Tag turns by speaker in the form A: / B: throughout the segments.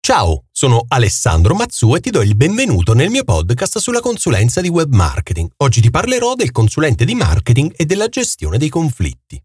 A: Ciao, sono Alessandro Mazzu e ti do il benvenuto nel mio podcast sulla consulenza di web marketing. Oggi ti parlerò del consulente di marketing e della gestione dei conflitti.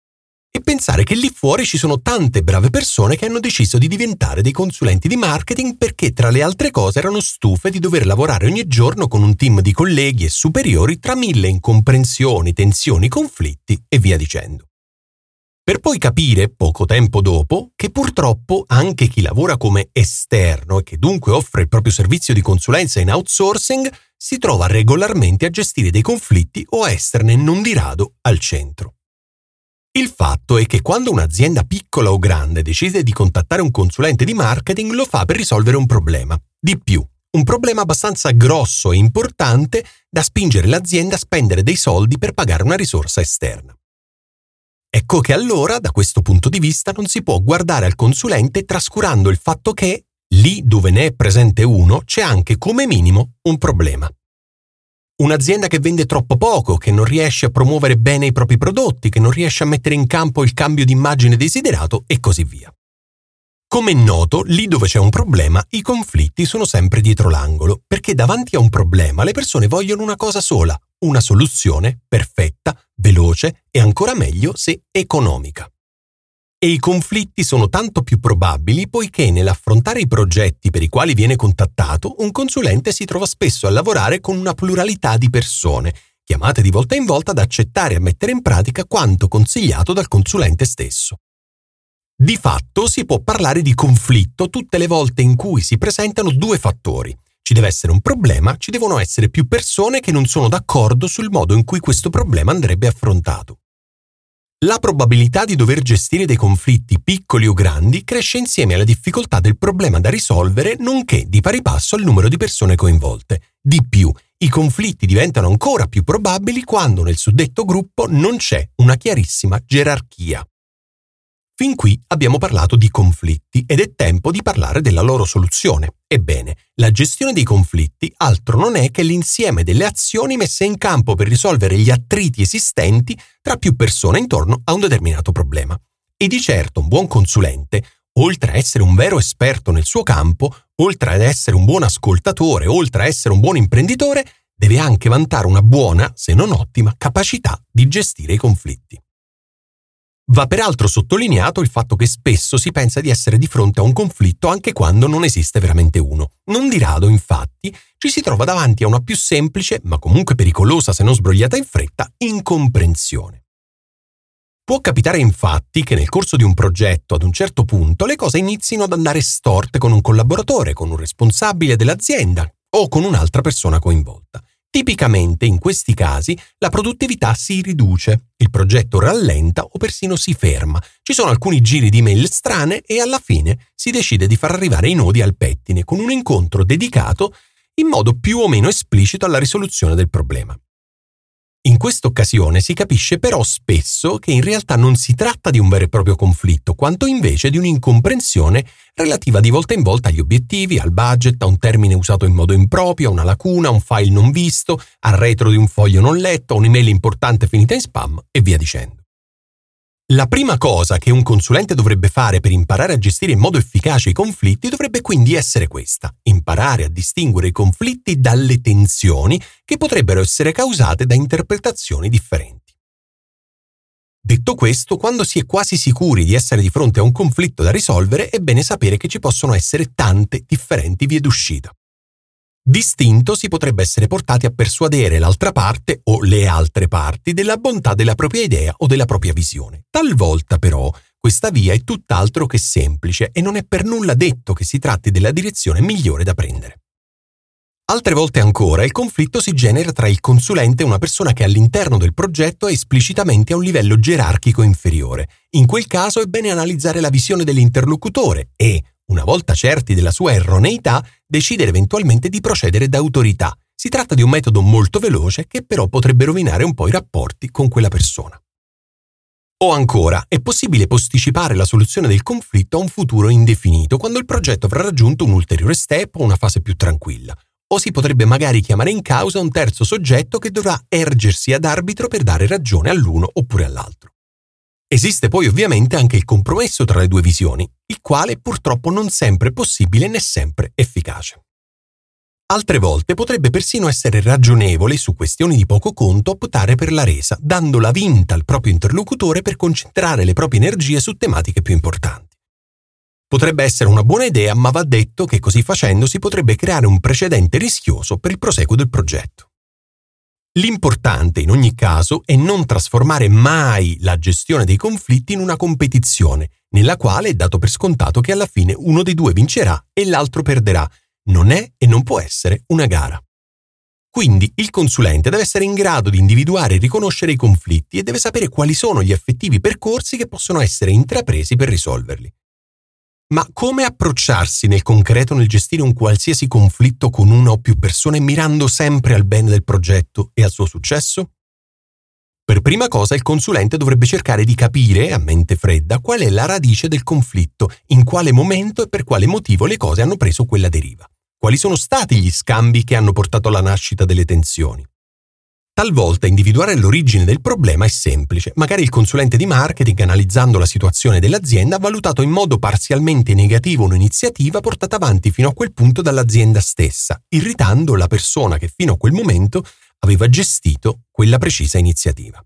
A: E pensare che lì fuori ci sono tante brave persone che hanno deciso di diventare dei consulenti di marketing perché, tra le altre cose, erano stufe di dover lavorare ogni giorno con un team di colleghi e superiori tra mille incomprensioni, tensioni, conflitti e via dicendo. Per poi capire, poco tempo dopo, che purtroppo anche chi lavora come esterno e che dunque offre il proprio servizio di consulenza in outsourcing si trova regolarmente a gestire dei conflitti o a esserne non di rado al centro. Il fatto è che quando un'azienda piccola o grande decide di contattare un consulente di marketing lo fa per risolvere un problema. Di più, un problema abbastanza grosso e importante da spingere l'azienda a spendere dei soldi per pagare una risorsa esterna. Ecco che allora, da questo punto di vista, non si può guardare al consulente trascurando il fatto che, lì dove ne è presente uno, c'è anche come minimo un problema. Un'azienda che vende troppo poco, che non riesce a promuovere bene i propri prodotti, che non riesce a mettere in campo il cambio di immagine desiderato e così via. Come è noto, lì dove c'è un problema, i conflitti sono sempre dietro l'angolo, perché davanti a un problema le persone vogliono una cosa sola, una soluzione perfetta, veloce e ancora meglio se economica. E i conflitti sono tanto più probabili poiché nell'affrontare i progetti per i quali viene contattato, un consulente si trova spesso a lavorare con una pluralità di persone, chiamate di volta in volta ad accettare e a mettere in pratica quanto consigliato dal consulente stesso. Di fatto si può parlare di conflitto tutte le volte in cui si presentano due fattori. Ci deve essere un problema, ci devono essere più persone che non sono d'accordo sul modo in cui questo problema andrebbe affrontato. La probabilità di dover gestire dei conflitti piccoli o grandi cresce insieme alla difficoltà del problema da risolvere, nonché di pari passo al numero di persone coinvolte. Di più, i conflitti diventano ancora più probabili quando nel suddetto gruppo non c'è una chiarissima gerarchia. Fin qui abbiamo parlato di conflitti ed è tempo di parlare della loro soluzione. Ebbene, la gestione dei conflitti altro non è che l'insieme delle azioni messe in campo per risolvere gli attriti esistenti tra più persone intorno a un determinato problema. E di certo un buon consulente, oltre a essere un vero esperto nel suo campo, oltre ad essere un buon ascoltatore, oltre a essere un buon imprenditore, deve anche vantare una buona, se non ottima, capacità di gestire i conflitti. Va peraltro sottolineato il fatto che spesso si pensa di essere di fronte a un conflitto anche quando non esiste veramente uno. Non di rado, infatti, ci si trova davanti a una più semplice, ma comunque pericolosa se non sbrogliata in fretta, incomprensione. Può capitare infatti che nel corso di un progetto, ad un certo punto, le cose inizino ad andare storte con un collaboratore, con un responsabile dell'azienda o con un'altra persona coinvolta. Tipicamente in questi casi la produttività si riduce, il progetto rallenta o persino si ferma, ci sono alcuni giri di mail strane e alla fine si decide di far arrivare i nodi al pettine con un incontro dedicato in modo più o meno esplicito alla risoluzione del problema. In questa occasione si capisce però spesso che in realtà non si tratta di un vero e proprio conflitto, quanto invece di un'incomprensione relativa di volta in volta agli obiettivi, al budget, a un termine usato in modo improprio, a una lacuna, a un file non visto, al retro di un foglio non letto, a un'email importante finita in spam e via dicendo. La prima cosa che un consulente dovrebbe fare per imparare a gestire in modo efficace i conflitti dovrebbe quindi essere questa: imparare a distinguere i conflitti dalle tensioni che potrebbero essere causate da interpretazioni differenti. Detto questo, quando si è quasi sicuri di essere di fronte a un conflitto da risolvere, è bene sapere che ci possono essere tante differenti vie d'uscita. Distinto si potrebbe essere portati a persuadere l'altra parte o le altre parti della bontà della propria idea o della propria visione. Talvolta però questa via è tutt'altro che semplice e non è per nulla detto che si tratti della direzione migliore da prendere. Altre volte ancora il conflitto si genera tra il consulente e una persona che all'interno del progetto è esplicitamente a un livello gerarchico inferiore. In quel caso è bene analizzare la visione dell'interlocutore e, una volta certi della sua erroneità, decidere eventualmente di procedere da autorità. Si tratta di un metodo molto veloce che però potrebbe rovinare un po' i rapporti con quella persona. O ancora, è possibile posticipare la soluzione del conflitto a un futuro indefinito, quando il progetto avrà raggiunto un ulteriore step o una fase più tranquilla. O si potrebbe magari chiamare in causa un terzo soggetto che dovrà ergersi ad arbitro per dare ragione all'uno oppure all'altro. Esiste poi ovviamente anche il compromesso tra le due visioni, il quale purtroppo non sempre è possibile né sempre efficace. Altre volte potrebbe persino essere ragionevole su questioni di poco conto optare per la resa, dando la vinta al proprio interlocutore per concentrare le proprie energie su tematiche più importanti. Potrebbe essere una buona idea, ma va detto che così facendo si potrebbe creare un precedente rischioso per il proseguo del progetto. L'importante in ogni caso è non trasformare mai la gestione dei conflitti in una competizione, nella quale è dato per scontato che alla fine uno dei due vincerà e l'altro perderà. Non è e non può essere una gara. Quindi il consulente deve essere in grado di individuare e riconoscere i conflitti e deve sapere quali sono gli effettivi percorsi che possono essere intrapresi per risolverli. Ma come approcciarsi nel concreto nel gestire un qualsiasi conflitto con una o più persone mirando sempre al bene del progetto e al suo successo? Per prima cosa il consulente dovrebbe cercare di capire, a mente fredda, qual è la radice del conflitto, in quale momento e per quale motivo le cose hanno preso quella deriva. Quali sono stati gli scambi che hanno portato alla nascita delle tensioni? Talvolta individuare l'origine del problema è semplice. Magari il consulente di marketing, analizzando la situazione dell'azienda, ha valutato in modo parzialmente negativo un'iniziativa portata avanti fino a quel punto dall'azienda stessa, irritando la persona che fino a quel momento aveva gestito quella precisa iniziativa.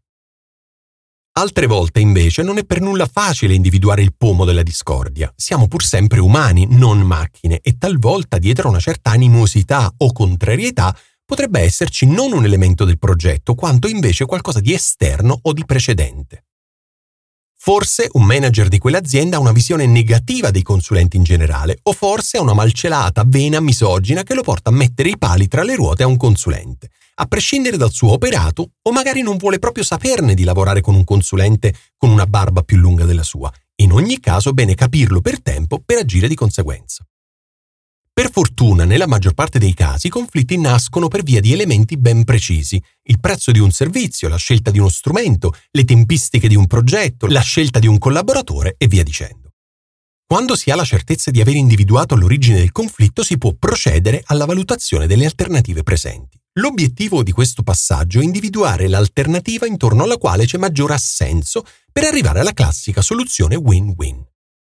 A: Altre volte, invece, non è per nulla facile individuare il pomo della discordia. Siamo pur sempre umani, non macchine, e talvolta dietro una certa animosità o contrarietà potrebbe esserci non un elemento del progetto, quanto invece qualcosa di esterno o di precedente. Forse un manager di quell'azienda ha una visione negativa dei consulenti in generale, o forse ha una malcelata vena misogina che lo porta a mettere i pali tra le ruote a un consulente, a prescindere dal suo operato, o magari non vuole proprio saperne di lavorare con un consulente con una barba più lunga della sua. In ogni caso è bene capirlo per tempo per agire di conseguenza. Per fortuna, nella maggior parte dei casi, i conflitti nascono per via di elementi ben precisi: il prezzo di un servizio, la scelta di uno strumento, le tempistiche di un progetto, la scelta di un collaboratore e via dicendo. Quando si ha la certezza di aver individuato l'origine del conflitto, si può procedere alla valutazione delle alternative presenti. L'obiettivo di questo passaggio è individuare l'alternativa intorno alla quale c'è maggiore assenso per arrivare alla classica soluzione win-win.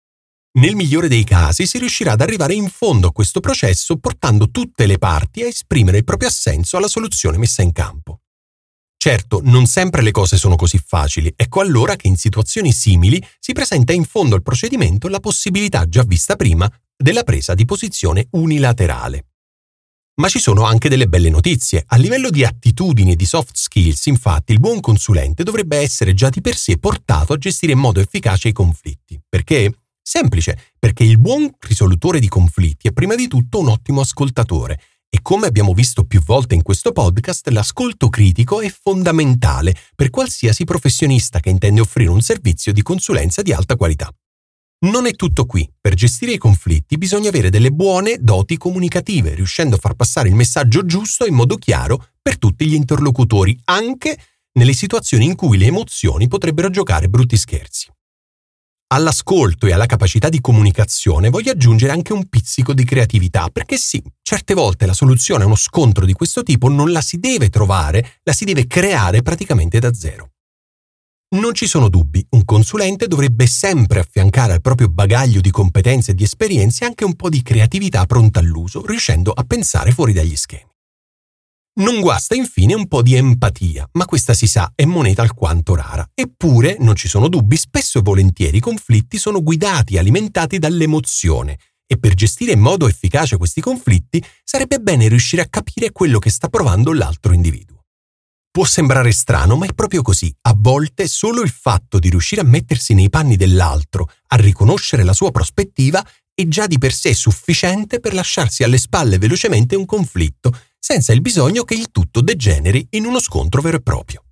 A: Nel migliore dei casi si riuscirà ad arrivare in fondo a questo processo portando tutte le parti a esprimere il proprio assenso alla soluzione messa in campo. Certo, non sempre le cose sono così facili, ecco allora che in situazioni simili si presenta in fondo al procedimento la possibilità già vista prima della presa di posizione unilaterale. Ma ci sono anche delle belle notizie. A livello di attitudini e di soft skills, infatti, il buon consulente dovrebbe essere già di per sé portato a gestire in modo efficace i conflitti. Perché? Semplice, perché il buon risolutore di conflitti è prima di tutto un ottimo ascoltatore e, come abbiamo visto più volte in questo podcast, l'ascolto critico è fondamentale per qualsiasi professionista che intende offrire un servizio di consulenza di alta qualità. Non è tutto qui. Per gestire i conflitti bisogna avere delle buone doti comunicative, riuscendo a far passare il messaggio giusto in modo chiaro per tutti gli interlocutori, anche nelle situazioni in cui le emozioni potrebbero giocare brutti scherzi. All'ascolto e alla capacità di comunicazione voglio aggiungere anche un pizzico di creatività, perché sì, certe volte la soluzione a uno scontro di questo tipo non la si deve trovare, la si deve creare praticamente da zero. Non ci sono dubbi, un consulente dovrebbe sempre affiancare al proprio bagaglio di competenze e di esperienze anche un po' di creatività pronta all'uso, riuscendo a pensare fuori dagli schemi. Non guasta infine un po' di empatia, ma questa si sa è moneta alquanto rara. Eppure, non ci sono dubbi, spesso e volentieri i conflitti sono guidati e alimentati dall'emozione e per gestire in modo efficace questi conflitti sarebbe bene riuscire a capire quello che sta provando l'altro individuo. Può sembrare strano, ma è proprio così. A volte solo il fatto di riuscire a mettersi nei panni dell'altro, a riconoscere la sua prospettiva, è già di per sé sufficiente per lasciarsi alle spalle velocemente un conflitto, senza il bisogno che il tutto degeneri in uno scontro vero e proprio.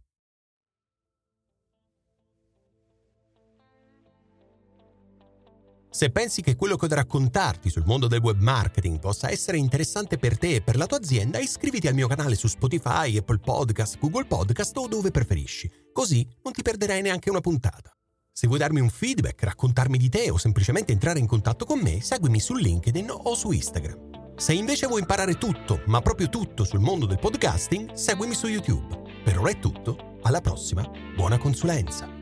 A: Se pensi che quello che ho da raccontarti sul mondo del web marketing possa essere interessante per te e per la tua azienda, iscriviti al mio canale su Spotify, Apple Podcast, Google Podcast o dove preferisci, così non ti perderai neanche una puntata. Se vuoi darmi un feedback, raccontarmi di te o semplicemente entrare in contatto con me, seguimi su LinkedIn o su Instagram. Se invece vuoi imparare tutto, ma proprio tutto sul mondo del podcasting, seguimi su YouTube. Per ora è tutto, alla prossima, buona consulenza!